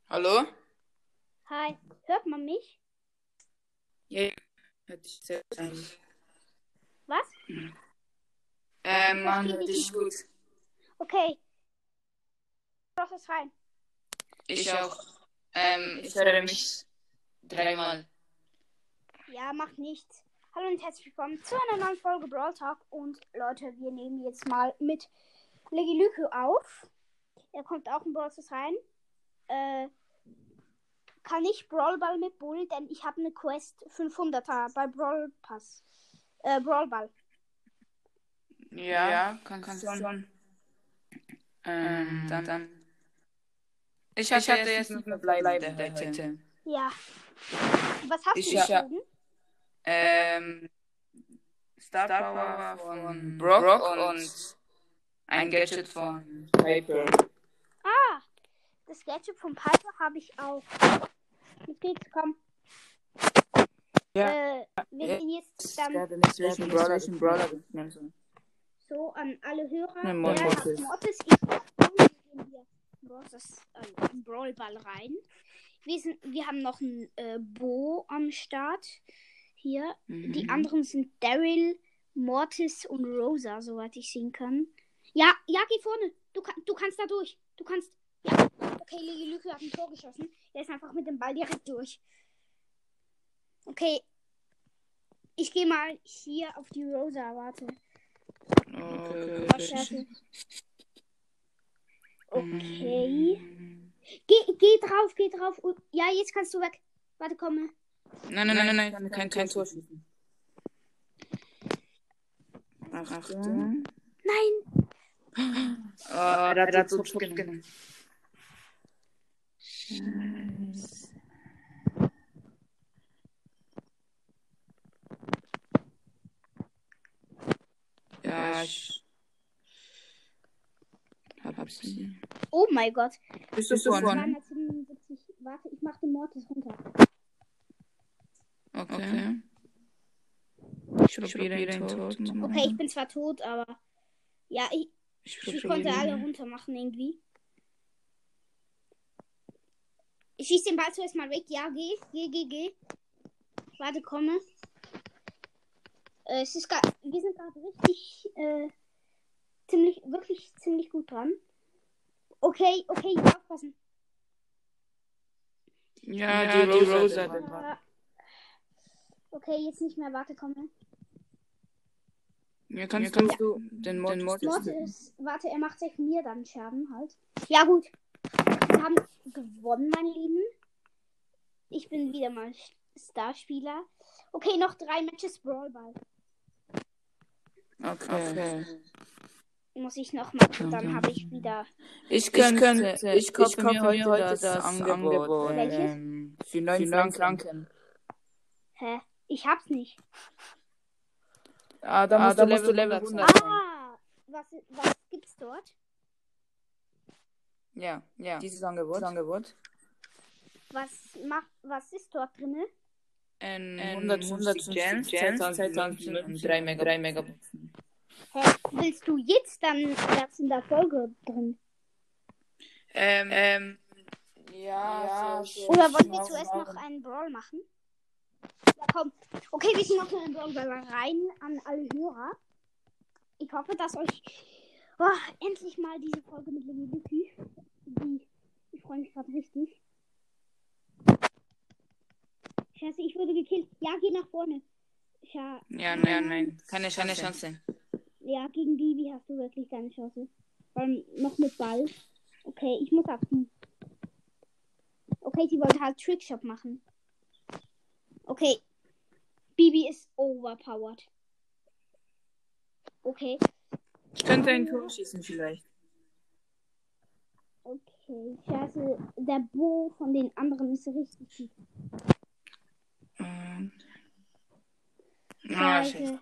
Hallo? Hi, hört man mich? Ja, hört dich sehr gut eigentlich. Was? Man hört dich gut. Okay, lass es rein. Ich auch. Ich höre mich 3-mal. Ja, macht nichts. Hallo und herzlich willkommen zu einer neuen Folge Brawl Talk. Und Leute, wir nehmen jetzt mal mit Leggy Lücke auf. Er kommt auch in Brawl Stars rein. Kann ich Brawl Ball mit Bull, denn ich habe eine Quest 500er bei Brawl Pass. Brawl Ball. Ja, kannst schon. Dann. Ich hatte jetzt nur verbleibende heute. Ja. Was hast du Ich gezogen? Star Power von Brock und ein Gadget von Piper. Ah, das Gadget von Piper habe ich auch. Jetzt geht's, komm. Wir gehen jetzt dann Welchen Brawler du nehmen soll. so an alle Hörer. Ne, Wer hat Mortis. Mortis? Ich hab wir gehen hier in Brawl Ball rein. Wir haben noch einen Bo am Start. Hier. Die anderen sind Daryl, Mortis und Rosa, soweit ich sehen kann. Ja, geh vorne. Du kannst da durch. Du kannst. Ja. Okay, Leggy Lücke hat ein Tor geschossen. Er ist einfach mit dem Ball direkt durch. Okay. Ich gehe mal hier auf die Rosa, warte. Okay. Okay. Geh drauf. Ja, jetzt kannst du weg. Warte, komm. Nein, kein Tor schießen. Achtung. Nein. Er hat so genommen. Scheiße. Ja, ich hab sie. Oh mein Gott. Bist du vorne? 277. Warte, ich mach den Mortis runter. Okay. Ich probiere ein Tor zu machen. Okay, ich bin zwar tot, aber ja, ich probiere. konnte alle runter machen irgendwie. Ich schieß den Ball zuerst mal weg. Ja, geh. Warte, komme. Wir sind gerade richtig wirklich ziemlich gut dran. Okay, aufpassen. Ja, die Rosa. Okay, jetzt nicht mehr. Warte, komme. Ja, kannst du den Mortis. Warte, er macht sich mir dann Scherben halt. Ja, gut. Wir haben gewonnen, mein Lieben. Ich bin wieder mal Starspieler. Okay, noch 3 Matches Brawl Ball. Okay. Muss ich noch machen, dann habe ich wieder. Ich kaufe mir heute das Angebot. Welches? Für 9 Franken. Hä? Ich hab's nicht. Da musst du Level 100 sein. Ah, was gibt's dort? Ja, dieses Angebot. Was ist dort drin? 150 Gems, 10.000 und 3 Megaboxen. Hä? Willst du jetzt dann das in der Folge drin? Ja. Oder wollen wir zuerst noch einen Brawl machen? Ja, komm. Okay, wir sind noch in den Brawl Ball rein an alle Hörer. Ich hoffe, dass euch endlich mal diese Folge mit Leggy Lücke. Ich freue mich gerade richtig. Scheiße, ich wurde gekillt. Ja, geh nach vorne. Ja, nein. Keine Chance. Ja, gegen Bibi hast du wirklich keine Chance. Noch mit Ball. Okay, ich muss abziehen. Okay, sie wollte halt Trickshot machen. Okay. Bibi ist overpowered. Okay. Ich könnte ein Tor schießen vielleicht. Okay, scheiße. Der Bo von den anderen ist richtig gut. Scheiße.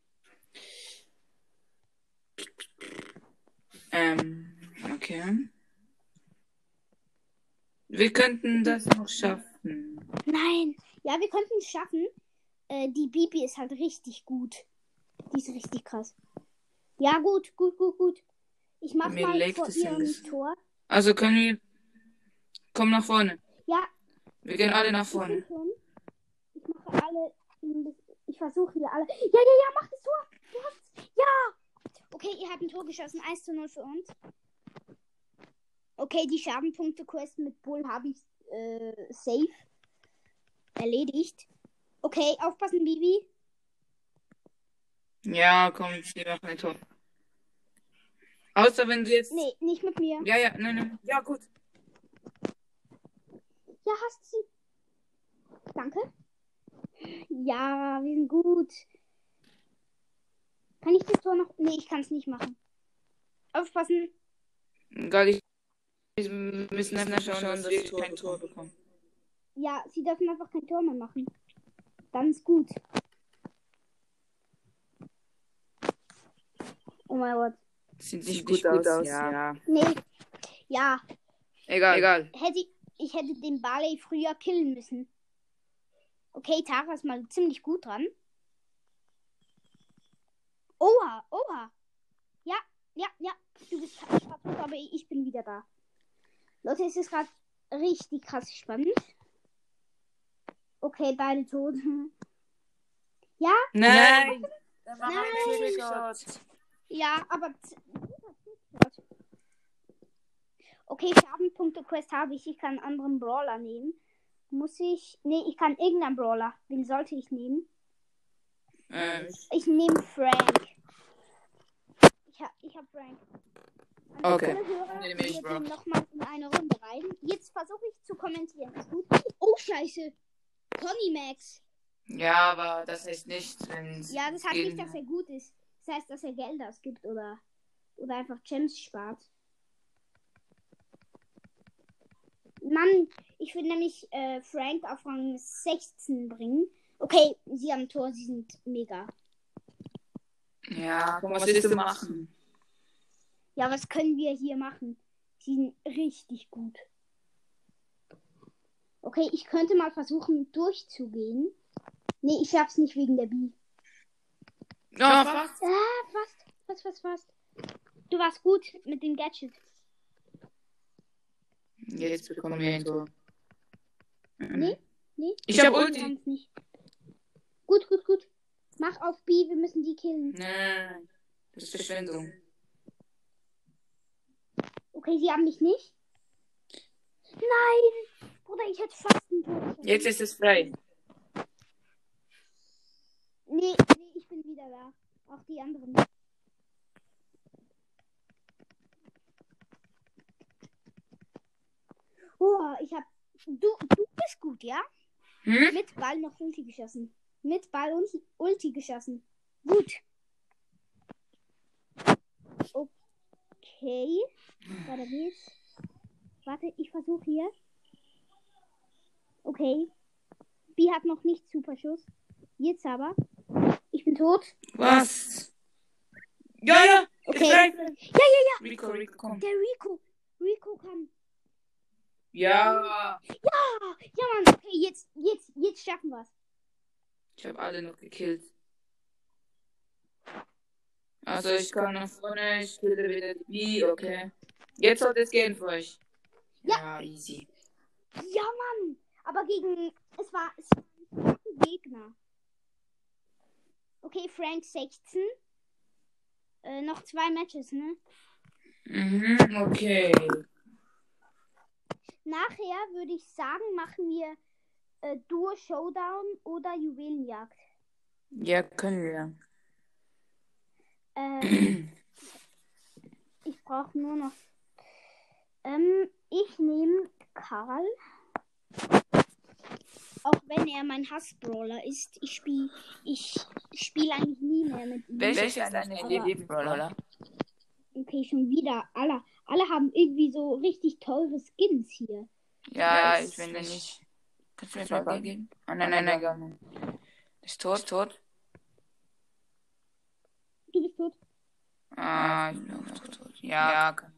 Okay. Wir könnten das noch schaffen. Nein. Ja, wir könnten es schaffen. Die Bibi ist halt richtig gut. Die ist richtig krass. Ja, gut. Ich mach Mir mal legt vor es ihrem alles. Tor. Also können wir Komm nach vorne. Ja, Wir gehen alle nach ich bin vorne. schon. Ich mache alle. Ich versuche hier alle. Ja, mach das Tor. Du hast. Ja. Okay, ihr habt ein Tor geschossen. 1:0 für uns. Okay, die Schadenpunkte-Quest mit Bull habe ich safe erledigt. Okay, aufpassen, Bibi. Ja, komm, wir machen ein Tor. Außer wenn du jetzt... Nee, nicht mit mir. Ja, nein. Ja, gut. Ja, hast du sie. Danke. Ja, wir sind gut. Kann ich das Tor noch? Nee, ich kann es nicht machen. Aufpassen. Egal, wir müssen einfach schauen, dass wir kein Tor bekommen. Ja, sie dürfen einfach kein Tor mehr machen. Dann ist gut. Oh mein Gott. Sieht nicht gut aus. Ja. Nee. Ja, Egal. ich hätte den Barley früher killen müssen. Okay, Tara ist mal ziemlich gut dran. Oha. Ja. Du bist fast tot, aber ich bin wieder da. Leute, es ist gerade richtig krass spannend. Okay, beide tot. Ja? Nein! Nein. Ja, aber... Okay, Schadenpunkte-Quest habe ich. Ich kann einen anderen Brawler nehmen. Muss ich... Nee, ich kann irgendeinen Brawler. Wen sollte ich nehmen? Ich nehme Frank. Ich hab Frank. Okay. Wir gehen nochmal in eine Runde rein. Jetzt versuche ich zu kommentieren. Ist gut? Oh, scheiße. Conny Max. Ja, aber das heißt nicht, wenn... Ja, das heißt nicht, dass er gut ist. Das heißt, dass er Geld ausgibt oder einfach Gems spart. Mann, ich will nämlich Frank auf Rang 16 bringen. Okay, sie haben Tor, sie sind mega. Ja, komm, was willst du machen? Ja, was können wir hier machen? Sie sind richtig gut. Okay, ich könnte mal versuchen durchzugehen. Nee, ich schaff's nicht wegen der Bi. Ja, fast. Fast. Du warst gut mit dem Gadget. Jetzt bekommen wir ein Tor. Nee. Ich hab Ulti. kann's nicht. Gut. Mach auf B, wir müssen die killen. Nein, das ist Verschwendung. Okay, sie haben mich nicht. Nein! Bruder, ich hätte fast ein Tor geschossen. Jetzt ist es frei. Nee, ich bin wieder da. Auch die anderen. Oh, Du bist gut, ja? Mit Ball noch Ulti geschossen. Ulti geschossen. Gut. Okay. Weiter geht's. Warte, ich versuche hier. Okay. B hat noch nicht Superschuss. Jetzt aber. Ich bin tot. Was? Ja. Okay. Ja. Rico, komm. Der Rico kann. Ja. Ja, Mann. Okay, jetzt schaffen wir's. Ich habe alle noch gekillt. Also ich kann nach vorne, ich kille wieder die B, okay. Jetzt sollte es gehen für euch. Ja, easy. Ja, Mann. Aber es war ein Gegner. Okay, Frank 16. Noch 2 Matches, ne? Okay. Nachher würde ich sagen, machen wir Duo Showdown oder Juwelenjagd. Ja, können wir. Ich brauche nur noch. Ich nehme Karl. Auch wenn er mein Hassbrawler ist. Ich spiele eigentlich nie mehr mit ihm. Welcher ist dein Lieblingsbrawler? Okay, schon wieder. Alle haben irgendwie so richtig teure Skins hier. Ja, ich finde nicht. Kannst du mir das mal geben? Oh, nein, gar nicht. Ist tot? Du bist tot. Ah, ich bin auch tot. Ja, kann.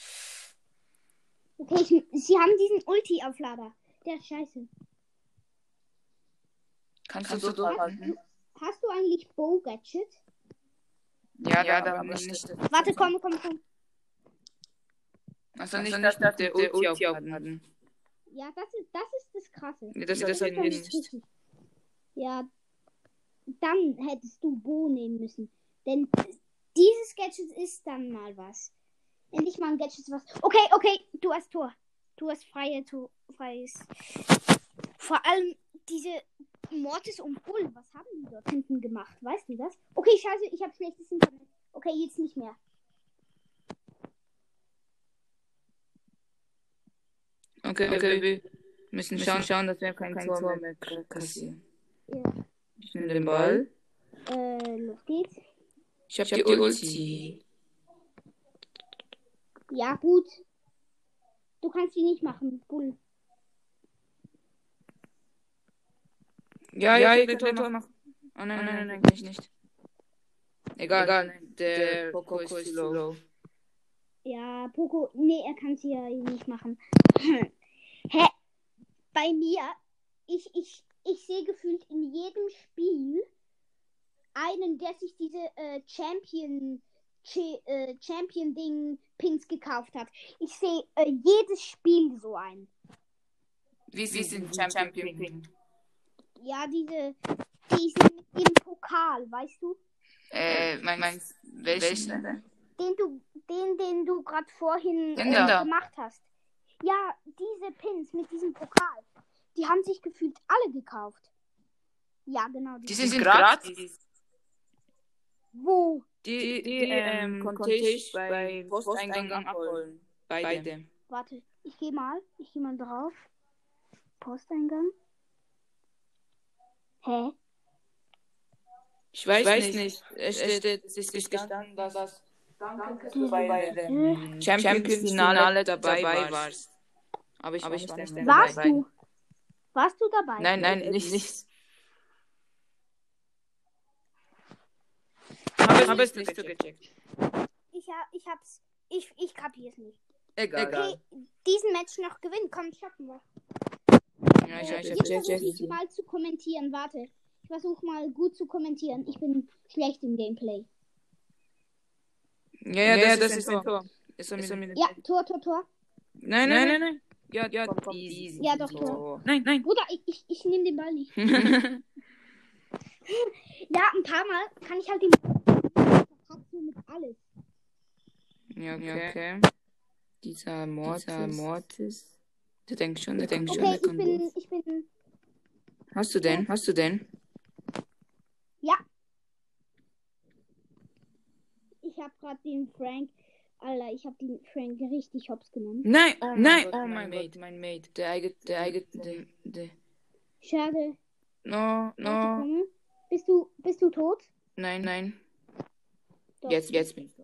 Okay, sie haben diesen Ulti-Auflader. Der ist scheiße. Kannst du so durchhalten? Hast du eigentlich Bow-Gadget? Ja, da haben wir nicht. Warte, komm. Also nicht, dass der Ulti aufladen. Ja, das ist das Krasse. Ja, das ist hatten wir nicht. richtig. Ja, dann hättest du Bo nehmen müssen. Denn dieses Gadget ist dann mal was. Endlich mal ein Gadget, was... Okay, du hast Tor. Du hast freies... Vor allem diese Mortis und Bull, was haben die dort hinten gemacht? Weißt du das? Okay, scheiße, ich habe schlechtes Internet. Okay, jetzt nicht mehr. Okay, wir müssen schauen, dass wir kein Tor mehr kassieren. Ja. Ich nehme den Ball. Los geht's. Ich hab die Ulti. Ja, gut. Du kannst die nicht machen, Bull. Ja, ich will Tor machen. Oh nein, nicht. Egal. Der Poco ist zu low. Ja, Poco, nee, er kann sie ja nicht machen. Hä? Bei mir, ich sehe gefühlt in jedem Spiel einen, der sich diese Champion-Ding-Pins gekauft hat. Ich sehe jedes Spiel so ein. Wie sind Champion Pin? Ja, diese mit dem Pokal, weißt du? Meinst welchen denn? Den du gerade vorhin da. gemacht hast. Ja, diese Pins mit diesem Pokal. Die haben sich gefühlt alle gekauft. Ja, genau. Die sind gratis. Wo? Die konnte ich bei Posteingang abholen. Beide. Warte, ich gehe mal drauf. Posteingang. Hä? Ich weiß nicht. Es ist gestanden, dass du bei dem Champions-Finale dabei warst. Aber ich war nicht dabei. Warst du dabei? Nein, nicht. Habe es nicht so gecheckt. Ich kapiere es nicht. Egal. Okay, diesen Match noch gewinnen. Komm, schaffen wir. Ja, Jetzt versuche ich mal zu kommentieren. Warte. Ich versuche mal gut zu kommentieren. Ich bin schlecht im Gameplay. Ja, das ist ein Tor. Ja, Tor. Nein. Ja, easy. Ja, doch, Tor. Nein. Bruder, ich nehme den Ball nicht. Ja, ein paar Mal kann ich halt den Ball mit alles. Ja, okay. Dieser Mortis. Du denkst schon, Okay, ich bin... Hast du den? Ja. Ich habe gerade den Frank... Alter, ich habe den Frank richtig hops genommen. Nein, oh mein Gott, mein Mate. Der eigene... Schade. No. Warte, bist du tot? Nein. Doch. Jetzt bin ich tot.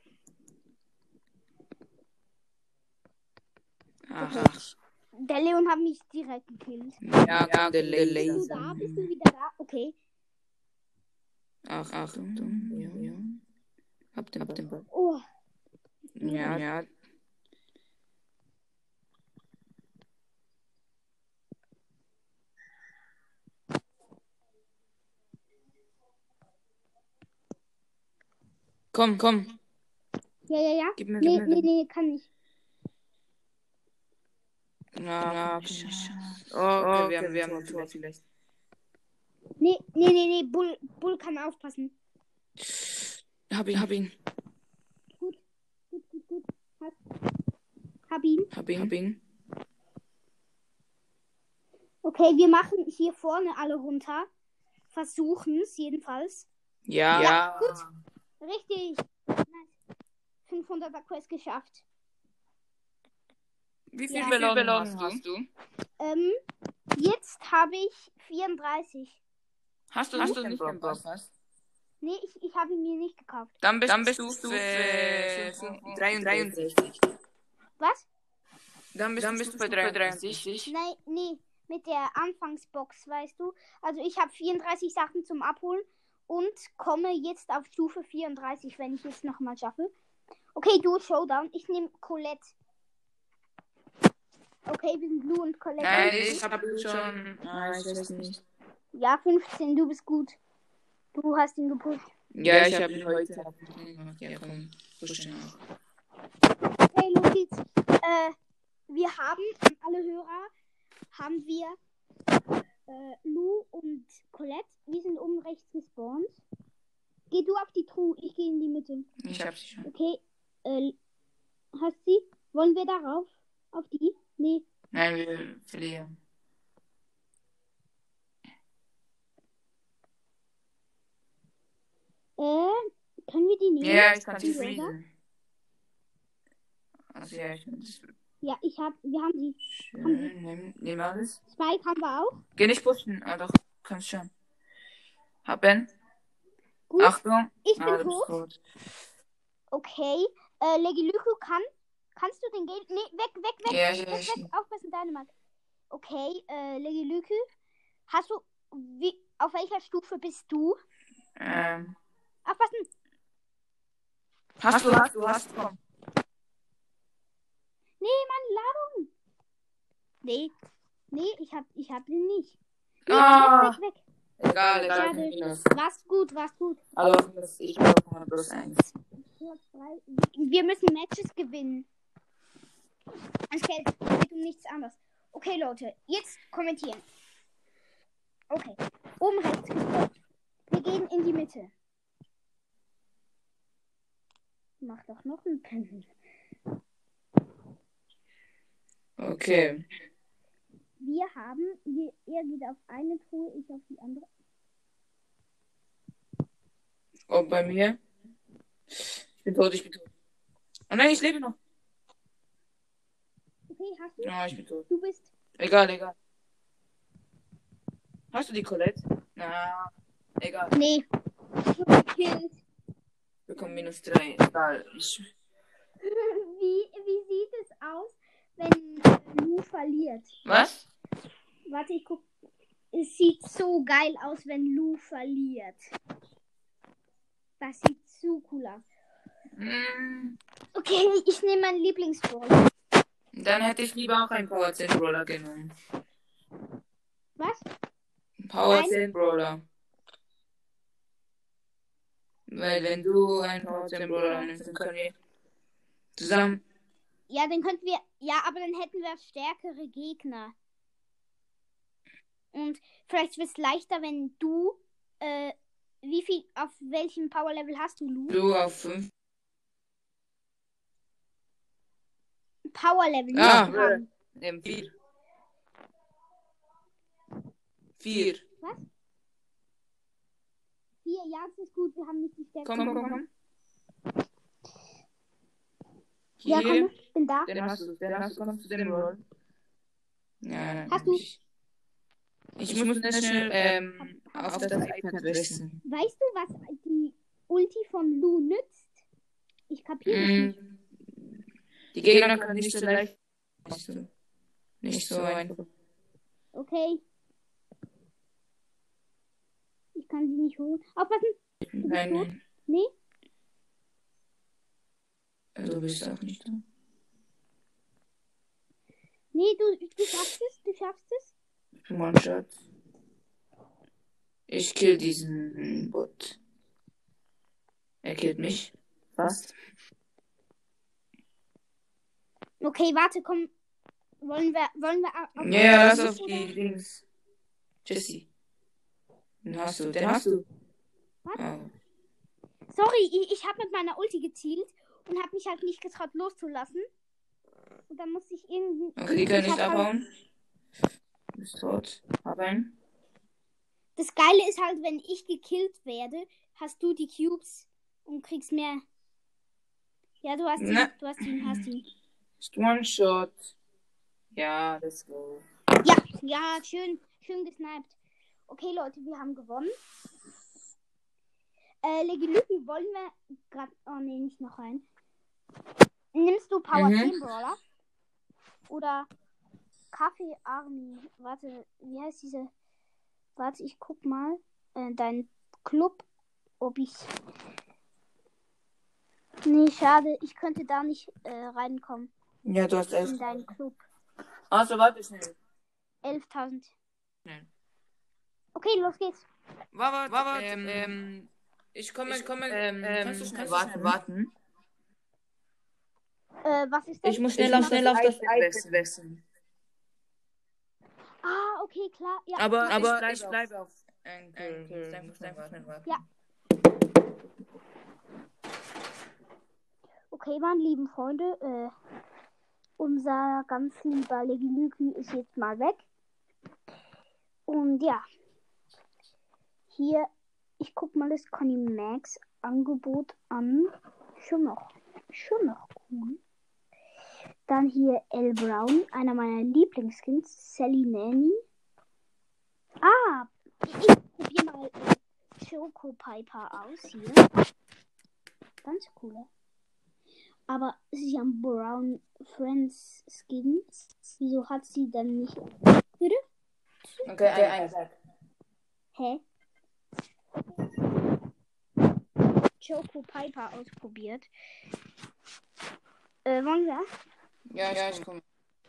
Ach. Der Leon hat mich direkt gekillt. Ja, der Laser. Bist du da? Bist du wieder da? Okay. Achtung. Ja. Hab den Ball. Oh. Ja. Komm. Ja. Gib mir Nee, kann nicht. Ja, okay, wir haben ein Tor vielleicht. Nee, Bull kann aufpassen. Hab ihn. Gut. Hab ihn. Okay, wir machen hier vorne alle runter. Versuchen es jedenfalls. Ja. Gut. Richtig. Nice. 500er Quest geschafft. Wie viel Belohnung hast du? Jetzt habe ich 34. Hast du nicht den Broadcast? Nee, ich habe ihn mir nicht gekauft. Dann bist du für 33. Was? Dann bist du bei 63. Nein, nee, mit der Anfangsbox, weißt du. Also ich habe 34 Sachen zum Abholen und komme jetzt auf Stufe 34, wenn ich es nochmal schaffe. Okay, du Showdown. Ich nehme Colette. Okay, wir sind Blue und Colette. Nein, ich habe schon... ich weiß nicht. Ja, 15, du bist gut. Du hast ihn gepusht. Ja, ich habe ihn heute gemacht. Ja, komm, push ihn auch. Okay, los geht's. wir haben, alle Hörer, haben wir Lou und Colette. Wir sind oben rechts gespawnt. Geh du auf die Truhe, ich gehe in die Mitte. Ich hab sie schon. Okay, hast sie? Wollen wir darauf? Auf die? Nee. Nein, wir verlieren. Können wir die nehmen? Ja, ich kann sie Die Rosa? freezen. Also ja, ich kann das Ja, wir haben sie. schön. Nimm alles. Spike haben wir auch. Geh nicht pushen. Ah doch, kannst schon. Haben. Gut. Achtung. Ich bin du bist tot. tot. Okay. Legilyko kannst du den gehen? Nee, weg. Ja, Weg. Aufpassen, Dänemark. Okay, Legilyko. Hast du, auf welcher Stufe bist du? Aufpassen. Hast, komm. Nee, Mann, Ladung. Nee, ich hab den nicht. Nee, weg. Egal. Schade. War's gut. Aber ich brauche mal bloß eins. Wir müssen Matches gewinnen. Es geht um nichts anderes. Okay, Leute, jetzt kommentieren. Okay, oben rechts gespawnt. Wir gehen in die Mitte. Mach doch noch einen Pinsel. Okay. Er geht auf eine Truhe, ich auf die andere. Und bei mir? Ich bin tot. Oh nein, ich lebe noch. Okay, hast du? Ja, ich bin tot. Du bist. Egal. Hast du die Colette? Na, egal. Nee. Du gekillt. Wir bekommen -3. Egal. Wie sieht es aus, wenn Lou verliert? Was? Warte, ich guck. Es sieht so geil aus, wenn Lou verliert. Das sieht so cool aus. Okay, ich nehme meinen Lieblingsbrawler. Dann hätte ich lieber auch einen Power 10 Brawler genommen. Was? Power 10 Brawler. Weil wenn du einen Power 10 Brawler nimmst, dann können wir zusammen. Ja, dann könnten wir. Ja, aber dann hätten wir stärkere Gegner. Und vielleicht wird es leichter, wenn du. Auf welchem Power Level hast du, Lou? Du auf 5. Power Level. Nimm 4. 4. Was? 4, ja, das ist gut. Wir haben nicht die Stärke. Komm. Ja, Hier. komm, ich bin da. Den hast du, kommst du den Roll. Ja, Hast du? Ich muss das schnell auf das iPad wechseln. Weißt du, was die Ulti von Lou nützt? Ich kapiere nicht. Die Gegner können nicht so leicht. Nicht so einfach. Okay. Ich kann sie nicht holen. Aufpassen. Nein. Nee? Du bist auch nicht da. Nee, du schaffst es. One-Shot. Ich kill diesen Bot. Er killt mich. Fast. Okay, warte, komm. Wollen wir Ja, lass auf die Dings. Jesse. Den hast du. Was? Oh. Sorry, ich habe mit meiner Ulti gezielt und habe mich halt nicht getraut loszulassen. Und dann musste ich irgendwie... Okay, die können nicht abhauen. Du bist tot. Hab einen. Das Geile ist halt, wenn ich gekillt werde, hast du die Cubes und kriegst mehr... Ja, du hast ihn. Ist One-Shot. Ja, let's go. Ja, schön gesniped. Okay, Leute, wir haben gewonnen. Legilyki, wollen wir gerade... Oh, nee, nicht noch rein. Nimmst du Power 10 Brawler? Oder Kaffee Army? Warte, wie heißt diese... Warte, ich guck mal. Dein Club, ob ich... Nee, schade. Ich könnte da nicht reinkommen. Ja, du hast 11. In deinen Club. Also, warte schnell. 11.000. Nein. Okay, los geht's. Warte, ich komme, kannst du schnell warten? Was ist denn? Ich muss schnell auf das iPad wechseln. Ah, okay, klar. Ja. Aber ich bleibe auf Anchor. Muss einfach schnell warten. Ja. Okay, meine lieben Freunde, unser ganz lieber Legilükü ist jetzt mal weg. Und ja, hier, ich guck mal das Conny Max Angebot an. Schon noch cool. Dann hier L. Brown, einer meiner Lieblingskins, Sally Nanny. Ah, ich probiere mal Choco Piper aus hier. Ganz cool. Aber sie haben Brown Friends Skins. Wieso hat sie dann nicht... Bitte? Okay, ein Tag. Hä? Choco Piper ausprobiert. Wollen wir? Ja, ich komme.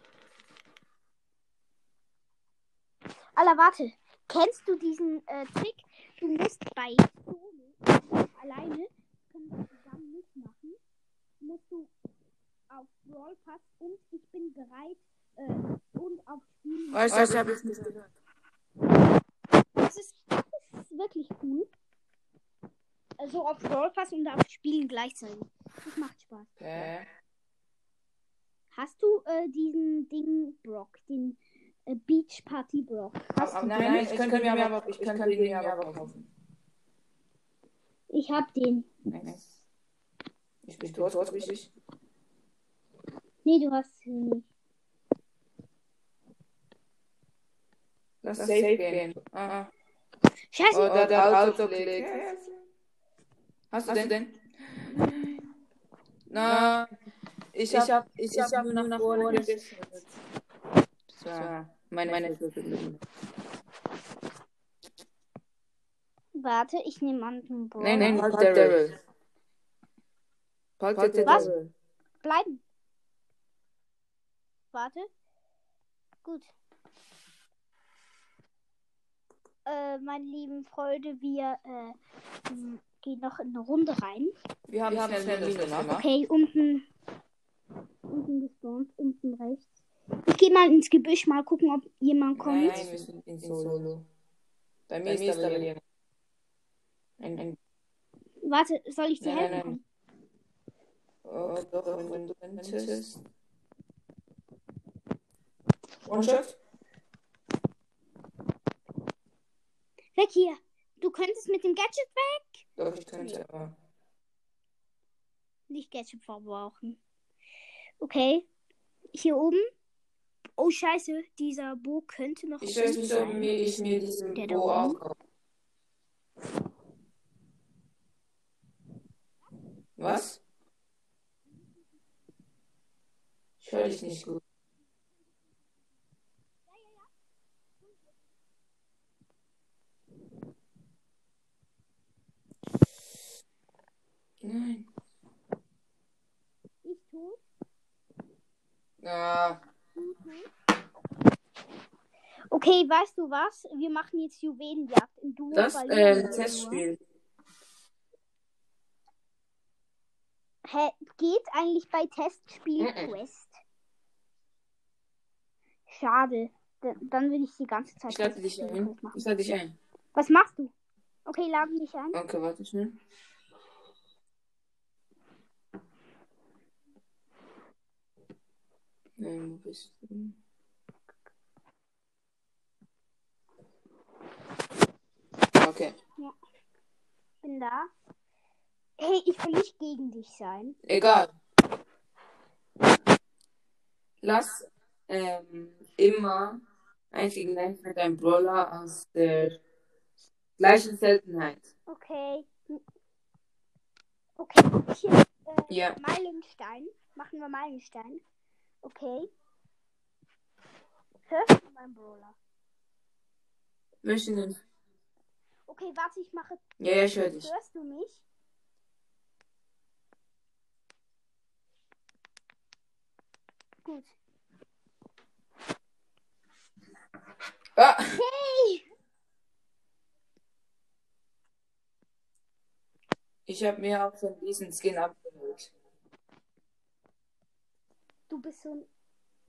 Alter, warte. Kennst du diesen Trick? Du musst bei Solo alleine, können wir zusammen mitmachen, musst du auf Brawl Pass und ich bin bereit und auf Spielen. Weißt du, ich habe es nicht gehört. Das ist wirklich cool. Also auf Brawl Pass und auf Spielen gleichzeitig. Das macht Spaß. Okay. Hast du diesen Ding Brock, den Beach Party Brock? Nein, ich könnte mir aber kaufen. Ich hab den. Nein. Ich bin dort, richtig? Nee, du hast ihn nicht. Das Safe gehen. Ah. Scheiße. Oh, der Autoklick. Hast du den? Na, ich hab nur nach vorne geschaut. So, meine Viertel. Warte, ich nehme an den Brawl. Nein, Daryl. Was? Bleiben. Warte. Gut. Meine lieben Freunde, wir gehen noch in eine Runde rein. Wir haben schnell das gemacht. Okay, unten gespawnt, unten rechts. Ich gehe mal ins Gebüsch, mal gucken, ob jemand kommt. Nein, wir sind in Solo. Bei mir ist aber jemand. Warte, soll ich dir helfen? Nein. Oh, doch, wenn du könntest. One-Shot? Weg hier! Du könntest mit dem Gadget weg! Doch, ich könnte, aber... Nicht Gadget verbrauchen. Okay. Hier oben. Oh, scheiße. Dieser Bo könnte noch... Ich weiß nicht, ob ich mir diesen Bo auch kaufe. Was? Ich höre dich nicht gut. Nein. Ich tot? Ja. Okay, weißt du was? Wir machen jetzt Juwelenjagd im Duo. Das Testspiel. Hä? Geht eigentlich bei Testspiel Quest? Schade. Dann will ich die ganze Zeit. Ich lade dich ein. Was machst du? Okay, lade mich ein. Okay, warte schnell. Nein, wo bist du? Okay. Ja. Bin da. Hey, ich will nicht gegen dich sein. Egal. Lass immer einzigen mit einem Brawler aus der gleichen Seltenheit. Okay. Okay. Hier, Ja. Meilenstein. Machen wir Meilenstein. Okay. Hörst du meinen Brawler? Möchte nicht. Okay, warte, ich mache... Ja, ich höre dich. Hörst du mich? Gut. Ah. Hey! Ich habe mir auch von diesem Skin abgeholt. du bist so ein...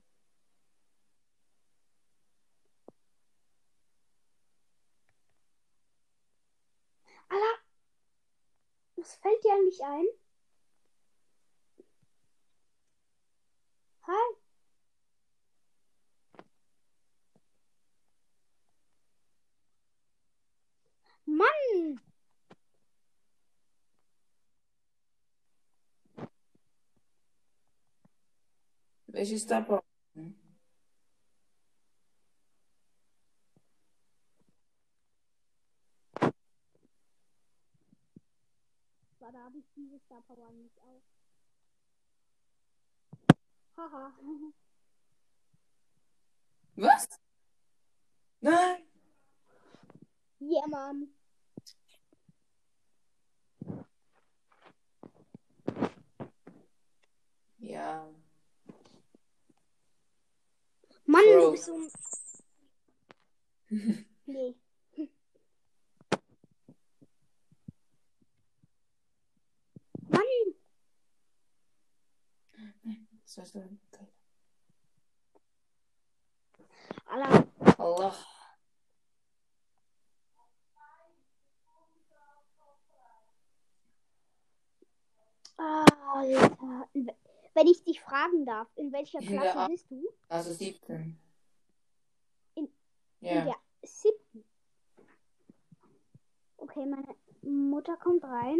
Alter, was fällt dir eigentlich ein? Hi. Mann! Welches Star Power? Da habe ich diese Star Power nicht auch. Haha. Was? Nein! Ja, Mann. Ja. Mann, Bro. du bist so ein... Nee. Mann! Was war's denn? Alter. Allah. Alter. Wenn ich dich fragen darf, in welcher In der Klasse A- bist du? Also 17. In Ja. der 7. Okay, meine Mutter kommt rein.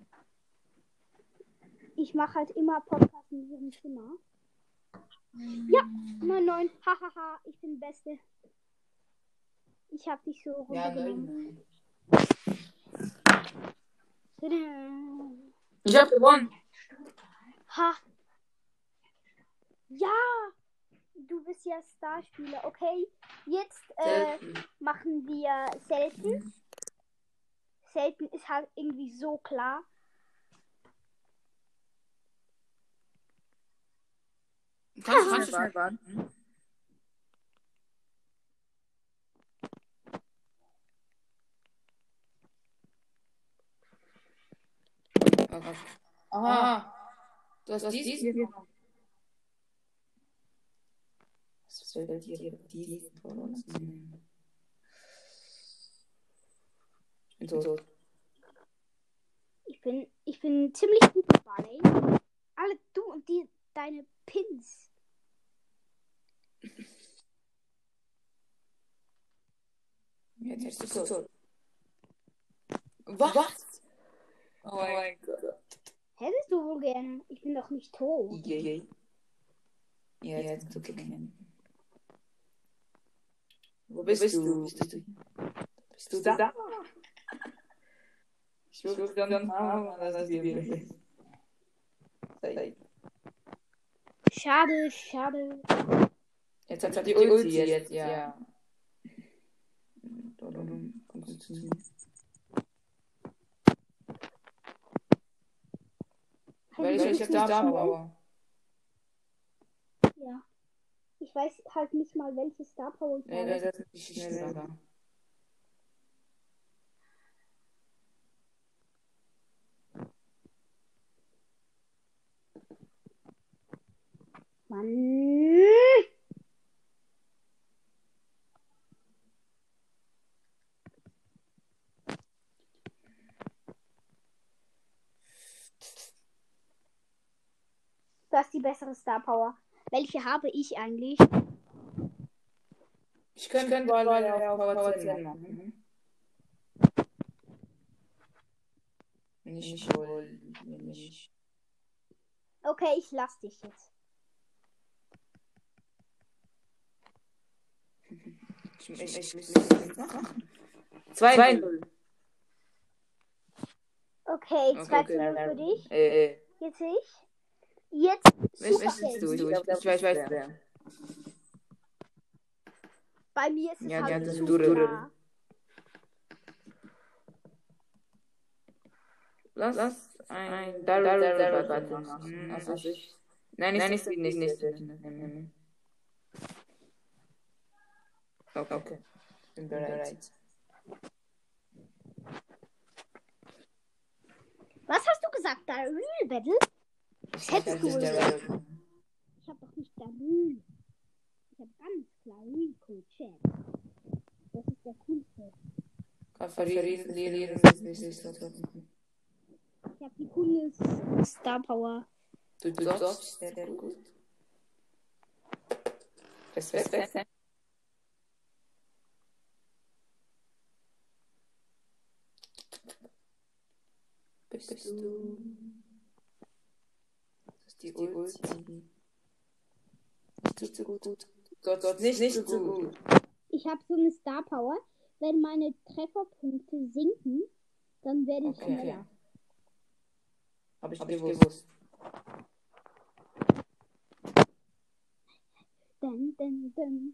Ich mache halt immer Podcast in ihrem Zimmer. Ja, 9-9. Hahaha, ich bin Beste. Ich hab dich so Ja, runtergenommen. 9. Ich hab gewonnen. Ha. Ja. Du bist ja Starspieler. Okay, jetzt Selten. machen wir selten. Selten ist halt irgendwie so klar. Kannst du schnell warten? Okay. Aha. Du hast diesen genommen. Was fällt dir diesen von uns nehmen? Ich bin tot. Ich bin ziemlich gut dabei. Alle du und deine Pins. Jetzt bist du tot. Was? Oh mein Gott. Hättest du wohl gerne. Ich bin doch nicht tot. Yay. Ja, jetzt zu kennen. Wo bist du? Bist du da? Ich rufe dann an, dass wir bist. Schade, schade. Jetzt hat die Ulti jetzt, ja. Kommst du zu mir? Welche Star Power? Ja. Ich weiß halt nicht mal, welche Star Power ich habe. Das ist nicht schneller. Mann. Du hast die bessere Star Power. Welche habe ich eigentlich? Ich könnte mal auf Power 10 machen. Nicht wohl. Nicht. Okay, ich lass dich jetzt. Ich muss machen. 2-0. Okay, 2-0 für dich. Jetzt ich. Jetzt Weißt du? Ich weiß wer. Bei mir ist es Ja, halt das zu Dürre. klar. Lass ein Daryl-Button machen. Also ich... Nein, ich will nicht. Okay. Bin bereit. Was hast du gesagt? Daryl Battle? Ich Hättest du wohl gesagt. Ich habe doch nicht Daryl. Ich habe ganz klar Rico Chat. Das ist der coolste. Verlieren. Ich habe die coolste Star Power. Du dodgst sehr gut. Respekt. Bist du? Das ist die Ulti. Nicht so gut. Dort nicht so gut. Ich habe so eine Star Power. Wenn meine Trefferpunkte sinken, dann werde ich schneller. Hab ich gewusst. Dun.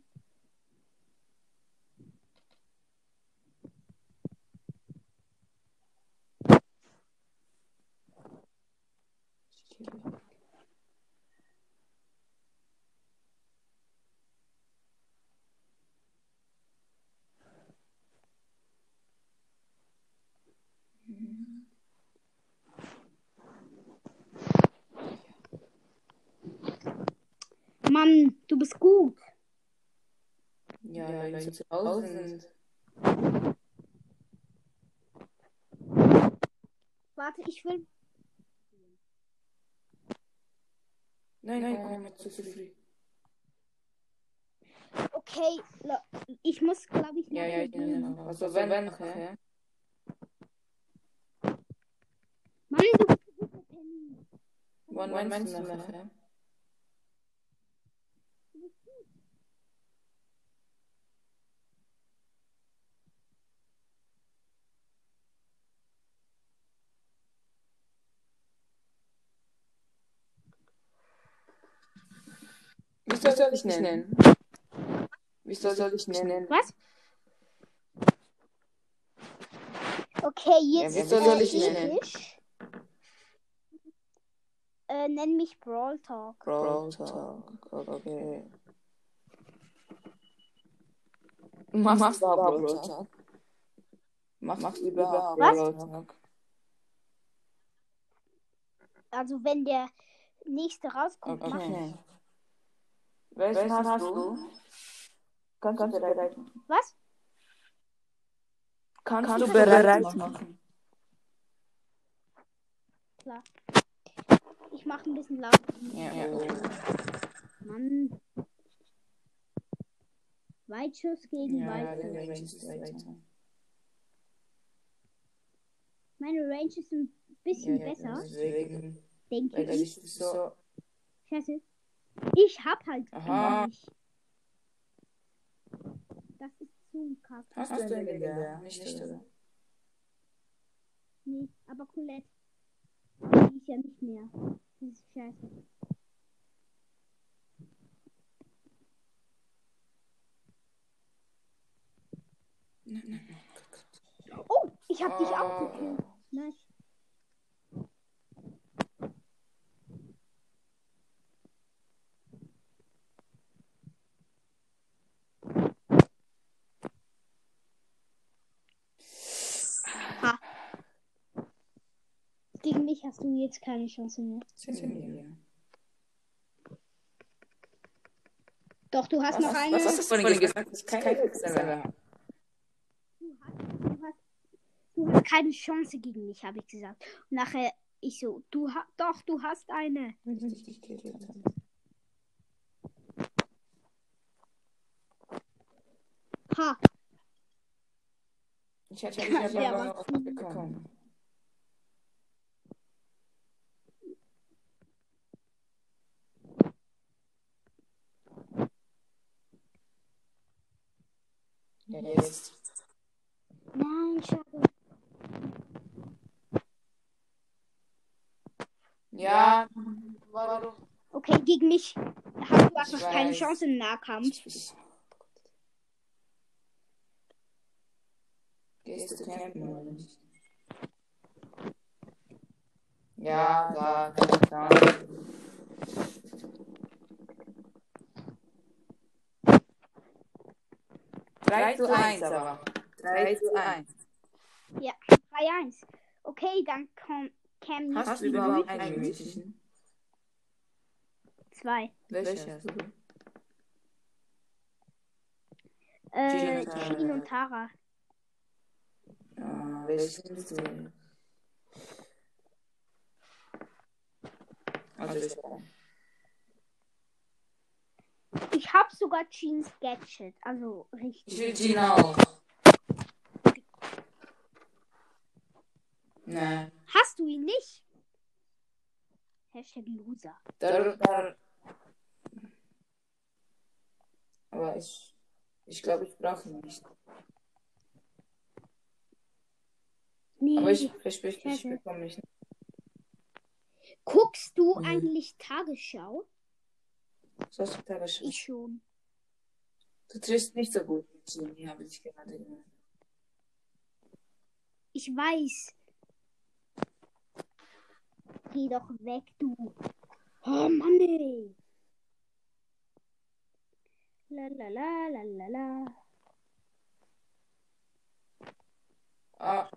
Mann, du bist gut. Ja, wenn sie zu Hause sind. Warte, ich will. Nein, zu früh. Okay, ich muss, glaube ich, Ja, ich nehme. Also wenn nachher. Mann, du bist gut mit Penny. Wann meinst du nachher? Wie soll ich nennen? Wie soll ich nennen? Was? Okay, jetzt wie soll ich nennen? Nenn mich Brawl Talk. Brawl Talk, okay. Machst du überhaupt Brawl Talk? Machst du überhaupt Brawl Talk? Also wenn der nächste rauskommt, mach ich. Welchen hast du? Kannst du bereit machen? Was? Kannst du bereit machen? Klar. Ich mache ein bisschen laut. Ja. Mann. Weitschuss gegen Weitschuss. Meine Range ist ein bisschen besser. Deswegen. Denke ich. So. Scheiße. Ich hab halt nicht. Das ist zu krass. Hast du einen legendär? Nicht, oder? Nee, aber Colette. Die ist ja nicht mehr. Das ist scheiße. Oh, ich hab dich auch gekillt. Nice. Ha. Gegen mich hast du jetzt keine Chance mehr. Doch, du hast noch eine. Was hast du vorhin gesagt? Das ist keine Hexer. Du hast keine Chance gegen mich, habe ich gesagt. Und nachher ich so, du hast eine. Ha. Ich hätte ja noch bekommen. Ja, jetzt. Nein, schade. Ja, warum? Okay, gegen mich hast du einfach keine Chance im Nahkampf. Gehst du campen oder nicht? Ja, da kann ich sagen. Drei zu eins, aber. 3:1. Ja, 3:1. Okay, dann kommt Cam. Hast du überhaupt einen mythischen? 2. Welche hast du? Jean und Tara. Welche nimmst du? Also Ich habe sogar Jeans Gadget. Also richtig. ich will Jean auch. Nein. Hast du ihn nicht? Hashtag Loser. Aber ich glaube, ich brauche ihn nicht. Nee. Aber ich bekomme mich nicht. Guckst du eigentlich Tagesschau? So hast du Tagesschau. Ich schon. Du triffst nicht so gut mit Genie, habe ich gerade gehört. Ich weiß. Geh doch weg, du. Oh Mann, ey. La la la la la la. Ah,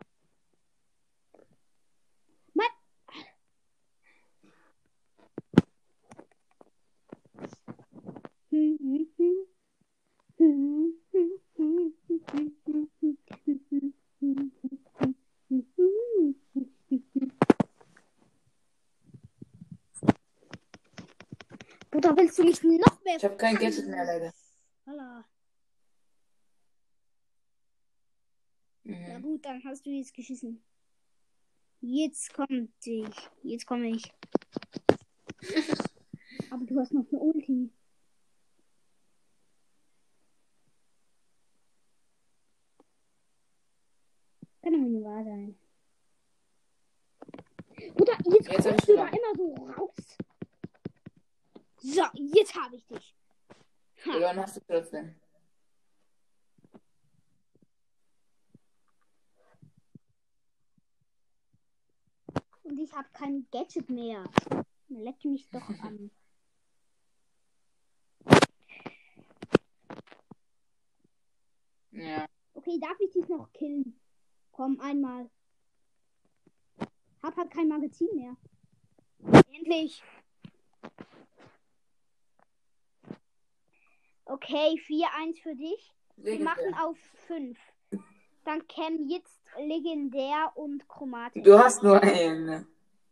Bruder, willst du mich noch mehr? ich habe kein Gadget mehr, leider. Holla. Mhm. Na gut, dann hast du jetzt geschissen. Jetzt komme ich. Aber du hast noch eine Ulti. Kann doch nicht wahr sein. Bruder, jetzt Jetzt hab kommst ich du da verloren. immer so raus. So, jetzt habe ich dich. Ha. Verloren hast du trotzdem. Und ich habe kein Gadget mehr. Leck mich doch an. Ja. Okay, darf ich dich noch killen? Komm, einmal. Hab halt kein Magazin mehr. Endlich. Okay, 4-1 für dich. Wir machen auf 5. Dann Cam jetzt legendär und chromatisch. Du hast nur einen.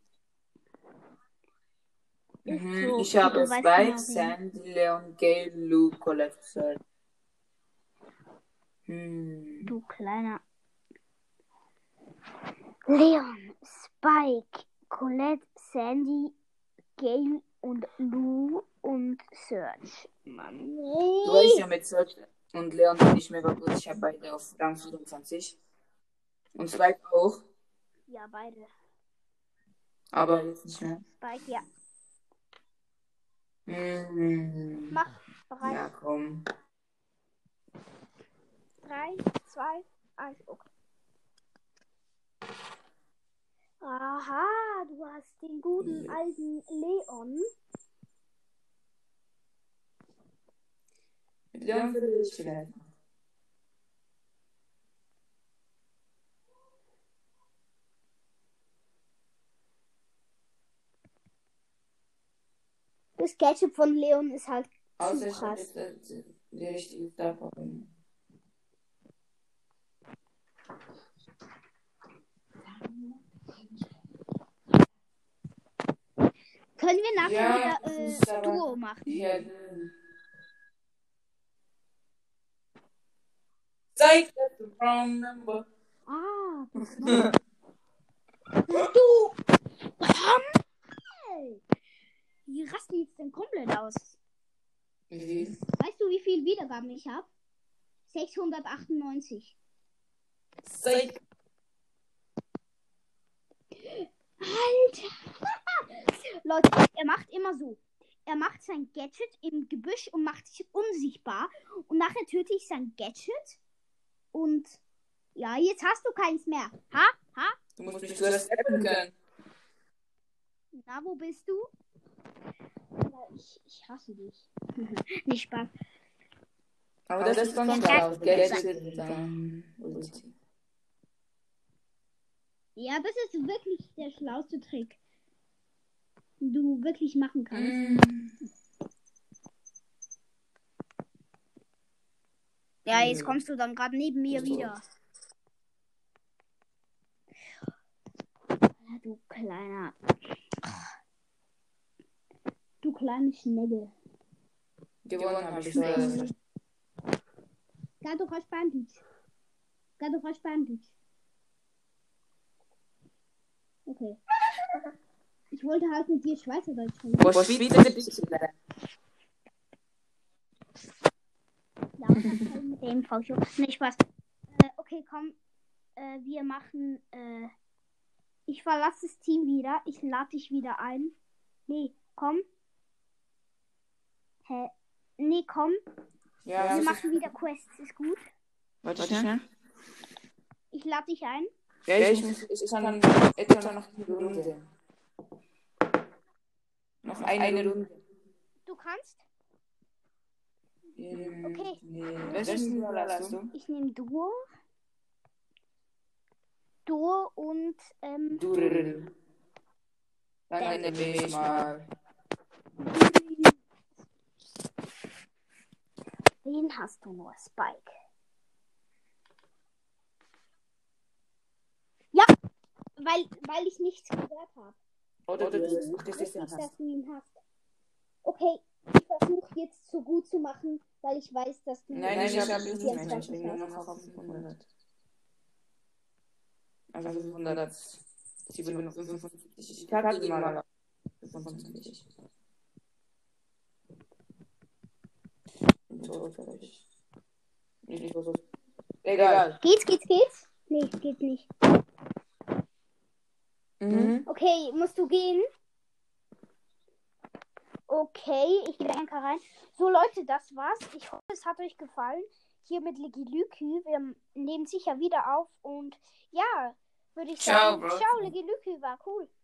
Ist Mhm. so. Ich habe Du weißt Spike, genau wen. Sandy, Leon, Gale, Luke, Colette, Search. Du kleiner. Leon, Spike, Colette, Sandy, Gale und Lou und Search. Mann. Du weißt ja, mit Search und Leon bin ich mega gut. Ich habe beide auf Rang 24. Und Spike auch. Ja, beide. Aber jetzt nicht mehr. Spike, ja. Mhm. Mach bereit. Ja, komm. 3, 2, 1, okay. Aha, du hast den guten alten Leon. Mit Leon würde ich vielleicht. Das Gadget von Leon ist halt Außer zu ich habe krass. jetzt die richtige Starpoint. Können wir nachher Ja, das wieder ist aber- Duo machen? Ja, Zeig the wrong number. Ah, das war... Du! Hey! Die rasten jetzt denn komplett aus. Wie viel? Weißt du, wie viel Wiedergaben ich habe? 698. Zeig. Alter! Leute, er macht immer so. Er macht sein Gadget im Gebüsch und macht sich unsichtbar. Und nachher töte ich sein Gadget. Und ja, jetzt hast du keins mehr. Ha? Ha? Du musst mich zuerst retten können. Na, wo bist du? Ich hasse dich. Nicht Spaß. Aber das ist ganz klar. Gadget, Ulti. Ja, das ist wirklich der schlauste Trick, den du wirklich machen kannst. Ja, jetzt kommst du dann gerade neben mir wieder. Ja, du kleine Schnecke. Gewonnen habe ich. Gato faz Bandage. Okay. Ich wollte halt mit dir Schweizerdeutsch reden. Wo Schweizer bist du denn? Ja, mit dem VQ. Nee, Spaß. Okay, komm. Wir machen. Ich verlasse das Team wieder. Ich lade dich wieder ein. Nee, komm. Hä? Nee, komm. Ja, Wir machen wieder Quests. Ist gut. Warte schnell. Ich lade dich ein. Ja, ich kann etwa noch eine Runde. Noch eine Runde. Du kannst? Okay. Okay. Welchen Duo hast du? Ich nehme Duo. Duo und Durr. Dann nehme ich mal. Wen hast du nur? Spike. Ja, weil ich nichts gehört habe. Oder du Ich hast wusste nicht, dass du ihn hast. Okay, ich versuche jetzt so gut zu machen, weil ich weiß, dass du... Nein, ich habe nicht mehr. 24 Ich bin nur hast. noch auf 500. Also 557. Ich hatte ihn mal auf 25. Tot vielleicht. Nicht so. Egal. Geht's? Nee, geht nicht. Okay, musst du gehen? Okay, ich gehe Anker rein. So Leute, das war's. Ich hoffe, es hat euch gefallen. Hier mit Legilükü. Wir nehmen sicher wieder auf. Und ja, würde ich sagen, ciao, Legilükü war cool.